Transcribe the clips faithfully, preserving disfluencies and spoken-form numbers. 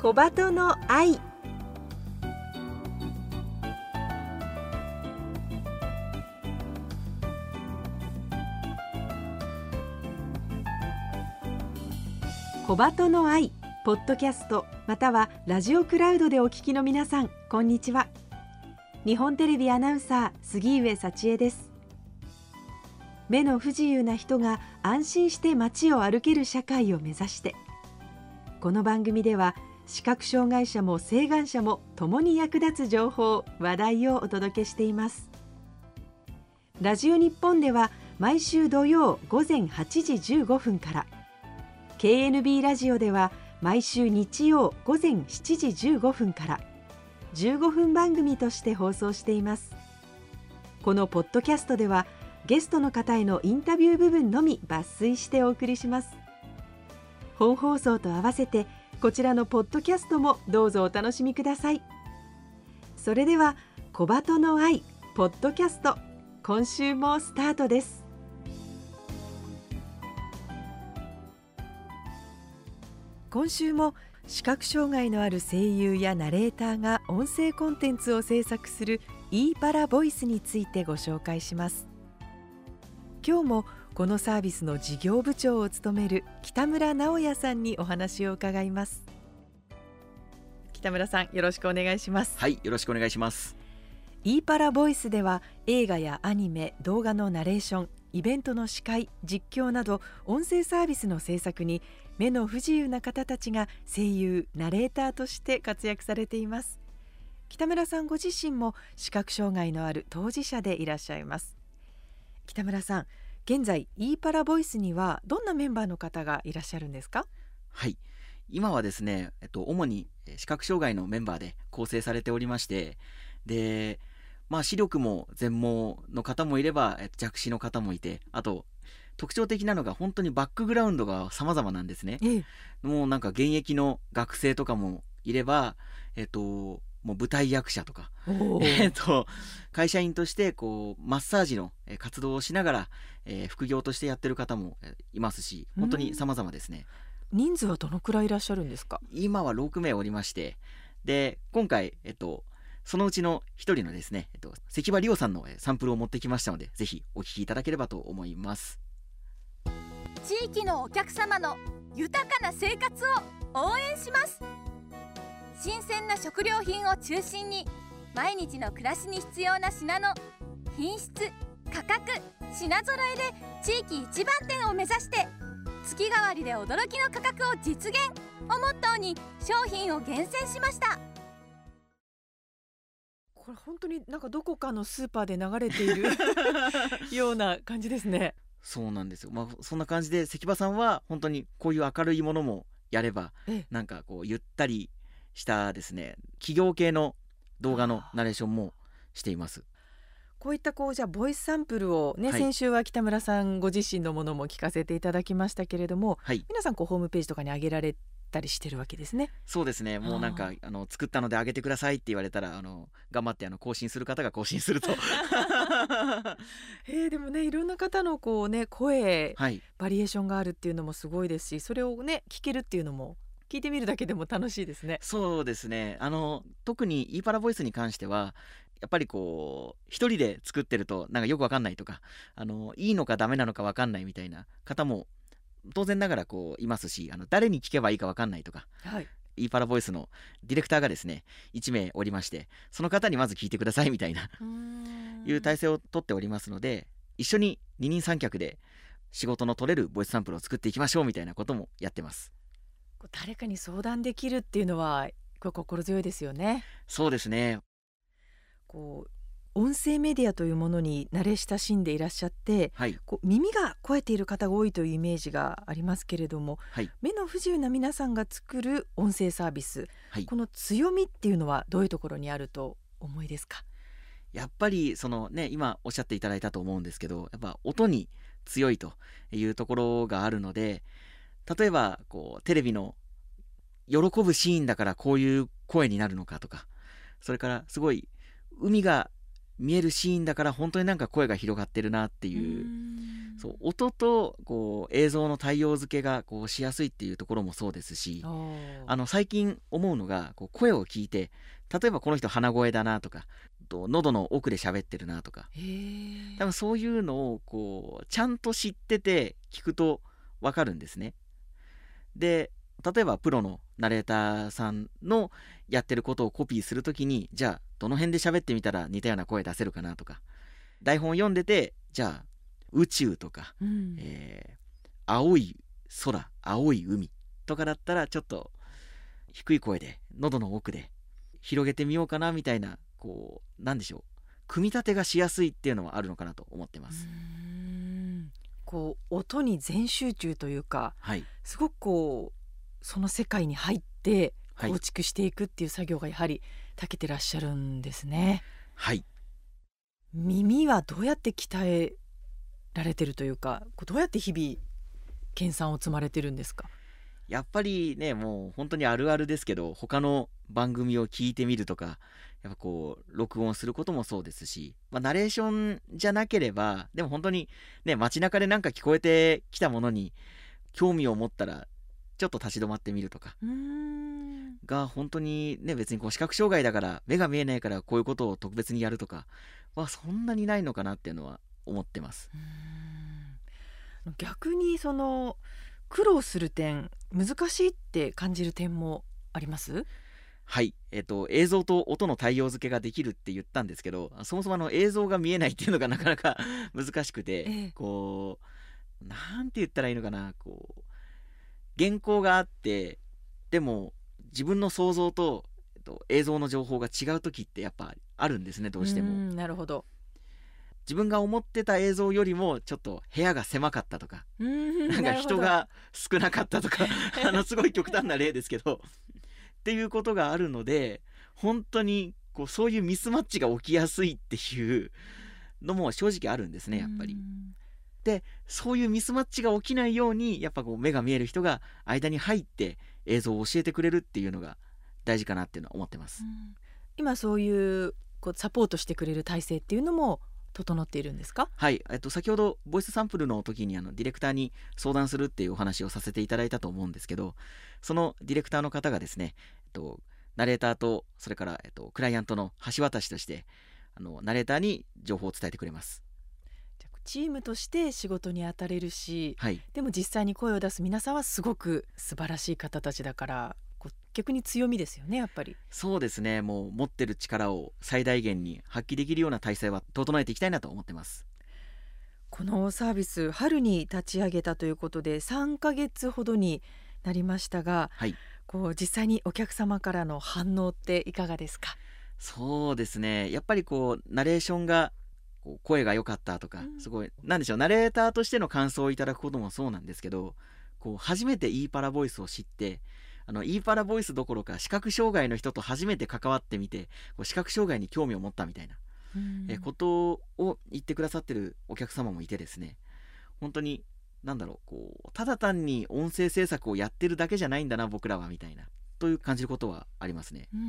小鳩の愛。小鳩の愛ポッドキャストまたはラジオクラウドでお聞きの皆さん、こんにちは。日本テレビアナウンサー杉上幸恵です。目の不自由な人が安心して街を歩ける社会を目指して、この番組では視覚障害者も晴眼者も共に役立つ情報話題をお届けしています。ラジオ日本では毎週土曜午前はちじじゅうごふんから、ケーエヌビー ラジオでは毎週日曜午前しちじじゅうごふんからじゅうごふん番組として放送しています。このポッドキャストではゲストの方へのインタビュー部分のみ抜粋してお送りします。本放送と合わせてこちらのポッドキャストもどうぞお楽しみください。それでは小鳩の愛ポッドキャスト、今週もスタートです。今週も視覚障害のある声優やナレーターが音声コンテンツを制作する e パラボイスについてご紹介します。今日もこのサービスの事業部長を務める北村直也さんにお話を伺います。北村さん、よろしくお願いします。 はい、よろしくお願いします。 e パラボイスでは映画やアニメ、動画のナレーション、イベントの司会、実況など音声サービスの制作に目の不自由な方たちが声優、ナレーターとして活躍されています。北村さんご自身も視覚障害のある当事者でいらっしゃいます。北村さん、現在 e パラボイスにはどんなメンバーの方がいらっしゃるんですか？ はい、今はですね、えっと、主に視覚障害のメンバーで構成されておりまして、で、まあ、視力も全盲の方もいれば弱視の方もいて、あと特徴的なのが本当にバックグラウンドが様々なんですね。ええ、もうなんか現役の学生とかもいれば、えっと、もう舞台役者とか、えっと、会社員としてこうマッサージの活動をしながら、えー、副業としてやってる方もいますし、本当に様々ですね。 人数はどのくらいいらっしゃるんですか？ 今はろくめいおりまして、で今回、えっとそのうちの一人のですね、えっと、関場理央さんのサンプルを持ってきましたので、ぜひお聞きいただければと思います。 地域のお客様の豊かな生活を応援します。新鮮な食料品を中心に毎日の暮らしに必要な品の品質、価格、品揃えで地域一番店を目指して、月替わりで驚きの価格を実現をモットーに商品を厳選しました。 これ本当になんかどこかのスーパーで流れているような感じですね。 そうなんですよ、まあ、そんな感じで関場さんは本当にこういう明るいものもやれば、なんかこうゆったりしたですね、企業系の動画のナレーションもしています。 こういったこうじゃあボイスサンプルをね、 はい、 先週は北村さんご自身のものも聞かせていただきましたけれども、はい、皆さんこうホームページとかに上げられたりしてるわけですね。 そうですね、もうなんかあの作ったので上げてくださいって言われたら、あの頑張ってあの更新する方が更新するとえー、でもね、いろんな方のこうね声、 はい、 バリエーションがあるっていうのもすごいですし、それをね聞けるっていうのも聞いてみるだけでも楽しいですね。 そうですね、あの特に e パラボイスに関してはやっぱりこう一人で作ってるとなんかよくわかんないとか、あのいいのかダメなのかわかんないみたいな方も当然ながらこういますし、あの誰に聞けばいいかわかんないとか、はい、e パラボイスのディレクターがですねいちめいおりまして、その方にまず聞いてくださいみたいないう体制をとっておりますので、一緒に二人三脚で仕事の取れるボイスサンプルを作っていきましょうみたいなこともやってます。 誰かに相談できるっていうのはこれ心強いですよね。 そうですね。 こう音声メディアというものに慣れ親しんでいらっしゃって、はい、こう耳が肥えている方が多いというイメージがありますけれども、はい、目の不自由な皆さんが作る音声サービス、はい、この強みっていうのはどういうところにあると思いですか？ やっぱりそのね、今おっしゃっていただいたと思うんですけど、やっぱ音に強いというところがあるので、例えばこうテレビの喜ぶシーンだからこういう声になるのかとか、それからすごい海が見えるシーンだから本当になんか声が広がってるなっていうそう音とこう映像の対応付けがこうしやすいっていうところもそうですし、あの最近思うのがこう声を聞いて、例えばこの人鼻声だなとか、と喉の奥で喋ってるなとか、多分そういうのをこうちゃんと知ってて聞くと分かるんですね。で例えばプロのナレーターさんのやってることをコピーするときに、じゃあどの辺で喋ってみたら似たような声出せるかなとか、台本を読んでてじゃあ宇宙とか、うん、えー、青い空青い海とかだったらちょっと低い声で喉の奥で広げてみようかなみたいな、こうなんでしょう、組み立てがしやすいっていうのはあるのかなと思ってます。 うーん、こう音に全集中というか、はい、すごくこうその世界に入って構築していくっていう作業がやはり長けてらっしゃるんですね。 はい。 耳はどうやって鍛えられてるというか、どうやって日々研鑽を積まれてるんですか？ やっぱりね、もう本当にあるあるですけど、他の番組を聞いてみるとか、やっぱこう録音することもそうですし、まあ、ナレーションじゃなければ、でも本当にね、街中でなんか聞こえてきたものに興味を持ったらちょっと立ち止まってみるとかが本当にね、別にこう視覚障害だから目が見えないからこういうことを特別にやるとかはそんなにないのかなっていうのは思ってます。 うーん、逆にその苦労する点、難しいって感じる点もあります？ はい、えっと、映像と音の対応付けができるって言ったんですけど、そもそもあの映像が見えないっていうのがなかなか難しくて、ええ、こうなんて言ったらいいのかな、こう原稿があってでも自分の想像と、えっと、映像の情報が違う時ってやっぱあるんですね、どうしても。 うん、なるほど。 自分が思ってた映像よりもちょっと部屋が狭かったとか、 うんなんか人が少なかったとかあのすごい極端な例ですけどっていうことがあるので、本当にこうそういうミスマッチが起きやすいっていうのも正直あるんですね、やっぱり。でそういうミスマッチが起きないように、やっぱこう目が見える人が間に入って映像を教えてくれるっていうのが大事かなっていうのは思ってます。うん、 今そういう、こうサポートしてくれる体制っていうのも整っているんですか？ はい、えっと、先ほどボイスサンプルの時にあのディレクターに相談するっていうお話をさせていただいたと思うんですけど、そのディレクターの方がですね、えっと、ナレーターとそれから、えっと、クライアントの橋渡しとしてあのナレーターに情報を伝えてくれます。 チームとして仕事に当たれるし、 はい、 でも実際に声を出す皆さんはすごく素晴らしい方たちだから、こう逆に強みですよね、やっぱり。 そうですね、もう持ってる力を最大限に発揮できるような体制は整えていきたいなと思ってます。 このサービス春に立ち上げたということでさんかげつほどになりましたが、はい、こう実際にお客様からの反応っていかがですか？ そうですね、やっぱりこうナレーションがこう声が良かったとか、すごいなんでしょう、ナレーターとしての感想をいただくこともそうなんですけど、こう初めて E パラボイスを知って、あの E パラボイスどころか視覚障害の人と初めて関わってみて、こう視覚障害に興味を持ったみたいなえことを言ってくださってるお客様もいてですね、本当になんだろう、こうただ単に音声制作をやってるだけじゃないんだな僕らはみたいなという感じることはありますね。 うん、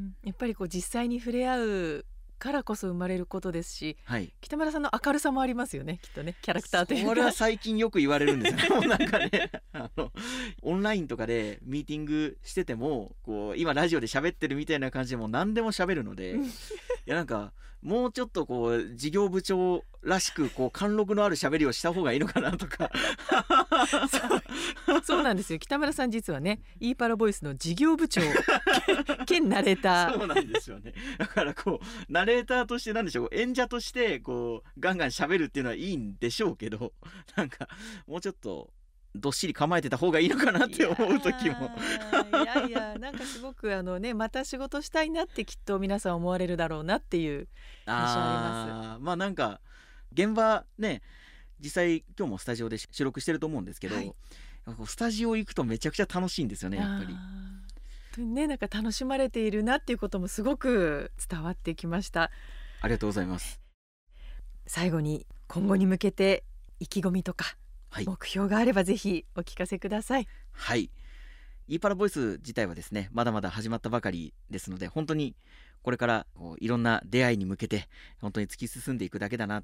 やっぱりこう実際に触れ合うからこそ生まれることですし、はい、北村さんの明るさもありますよね、きっとね、キャラクターというか。 これは最近よく言われるんですよね。なんかね、あのオンラインとかでミーティングしてても、こう今ラジオで喋ってるみたいな感じでもう何でも喋るのでいやなんかもうちょっとこう事業部長らしくこう貫禄のある喋りをした方がいいのかなとかそう、そうなんですよ。北村さん実はね E パラボイスの事業部長兼ナレーターそうなんですよね。だからこうナレーターとしてなんでしょう、演者としてこうガンガン喋るっていうのはいいんでしょうけど、なんかもうちょっとどっしり構えてた方がいいのかなって思う時もいやいや、なんかすごくあのね、また仕事したいなってきっと皆さん思われるだろうなっていう印象あります。 あまあなんか現場ね、実際今日もスタジオで収録してると思うんですけど、はい、スタジオ行くとめちゃくちゃ楽しいんですよね、やっぱりね。なんか楽しまれているなっていうこともすごく伝わってきました。 ありがとうございます。 最後に今後に向けて意気込みとか目標があればぜひお聞かせください。 はい、E パラボイス自体はですね、まだまだ始まったばかりですので、本当にこれからこういろんな出会いに向けて本当に突き進んでいくだけだな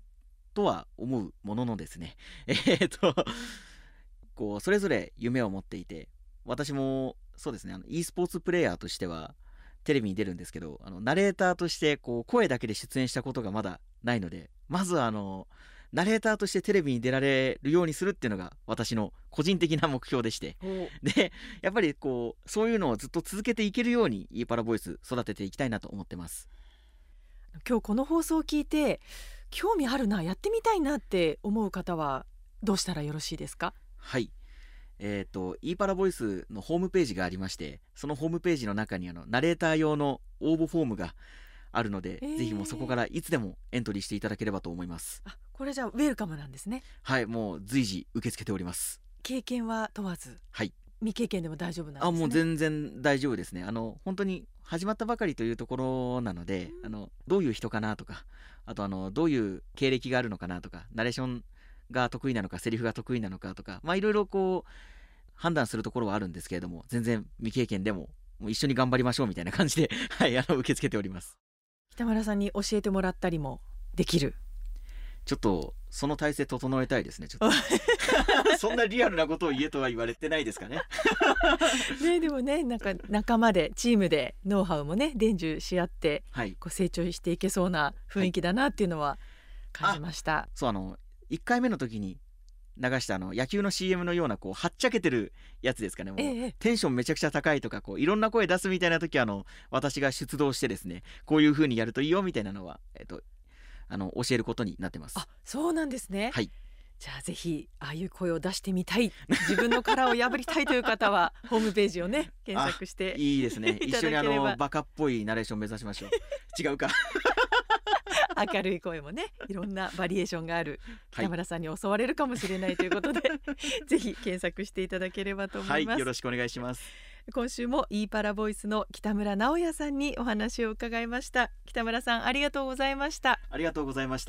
とは思うもののですねえー、っとこうそれぞれ夢を持っていて、私もそうですね、あの e スポーツプレイヤーとしてはテレビに出るんですけど、あのナレーターとしてこう声だけで出演したことがまだないので、まずはあのナレーターとしてテレビに出られるようにするっていうのが私の個人的な目標でして、でやっぱりこうそういうのをずっと続けていけるように e パラボイス育てていきたいなと思ってます。 今日この放送を聞いて興味あるな、やってみたいなって思う方はどうしたらよろしいですか？ はい、えーと e パラボイスのホームページがありまして、そのホームページの中にあのナレーター用の応募フォームがあるので、えー、ぜひもうそこからいつでもエントリーしていただければと思います。 あ、これじゃあウェルカムなんですね。 はい、もう随時受け付けております。 経験は問わず、 はい、 未経験でも大丈夫なんですね。 あ、もう全然大丈夫ですね。あの本当に始まったばかりというところなので、うん、あのどういう人かなとか、あとあのどういう経歴があるのかなとか、ナレーションが得意なのかセリフが得意なのかとか、まあいろいろこう判断するところはあるんですけれども、全然未経験でももう一緒に頑張りましょうみたいな感じではいあの受け付けております。 北村さんに教えてもらったりもできる？ ちょっとその体制整えたいですね。ちょっとそんなリアルなことを言えとは言われてないですかねね、でもね、なんか仲間でチームでノウハウもね伝授し合って、はい、こう成長していけそうな雰囲気だなっていうのは感じました。はい、 そう、あのいっかいめの時に流したあの野球の シーエム のようなこうはっちゃけてるやつですかね。もう、ええ、テンションめちゃくちゃ高いとかこういろんな声出すみたいな時はあの私が出動してですね、こういう風にやるといいよみたいなのは、えっと、あの教えることになってます。 あ、そうなんですね。 はい、 じゃあぜひああいう声を出してみたい、自分の殻を破りたいという方はホームページをね検索していいですね。一緒にあのバカっぽいナレーション目指しましょう違うか明るい声もね、いろんなバリエーションがある北村さんに襲われるかもしれないということで、はい、ぜひ検索していただければと思います。 はい、よろしくお願いします。 今週も e パラボイスの北村直也さんにお話を伺いました。北村さん、ありがとうございました。 ありがとうございました。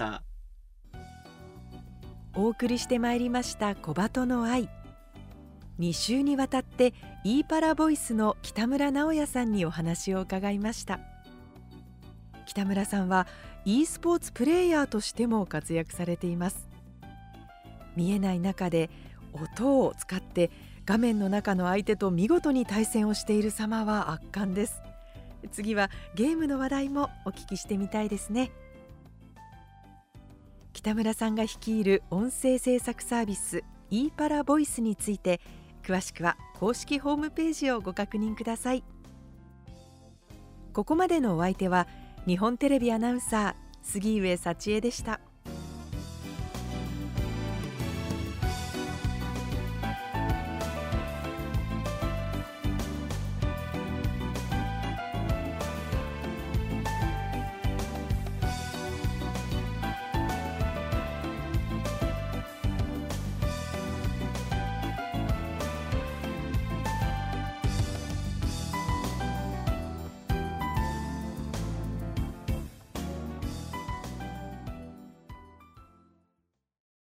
お送りしてまいりました小鳩の愛。に週にわたって e パラボイスの北村直也さんにお話を伺いました。北村さんは e スポーツプレイヤーとしても活躍されています。見えない中で音を使って画面の中の相手と見事に対戦をしている様は圧巻です。次はゲームの話題もお聞きしてみたいですね。北村さんが率いる音声制作サービス e パラボイスについて、詳しくは公式ホームページをご確認ください。ここまでのお相手は日本テレビアナウンサー杉上幸恵でした。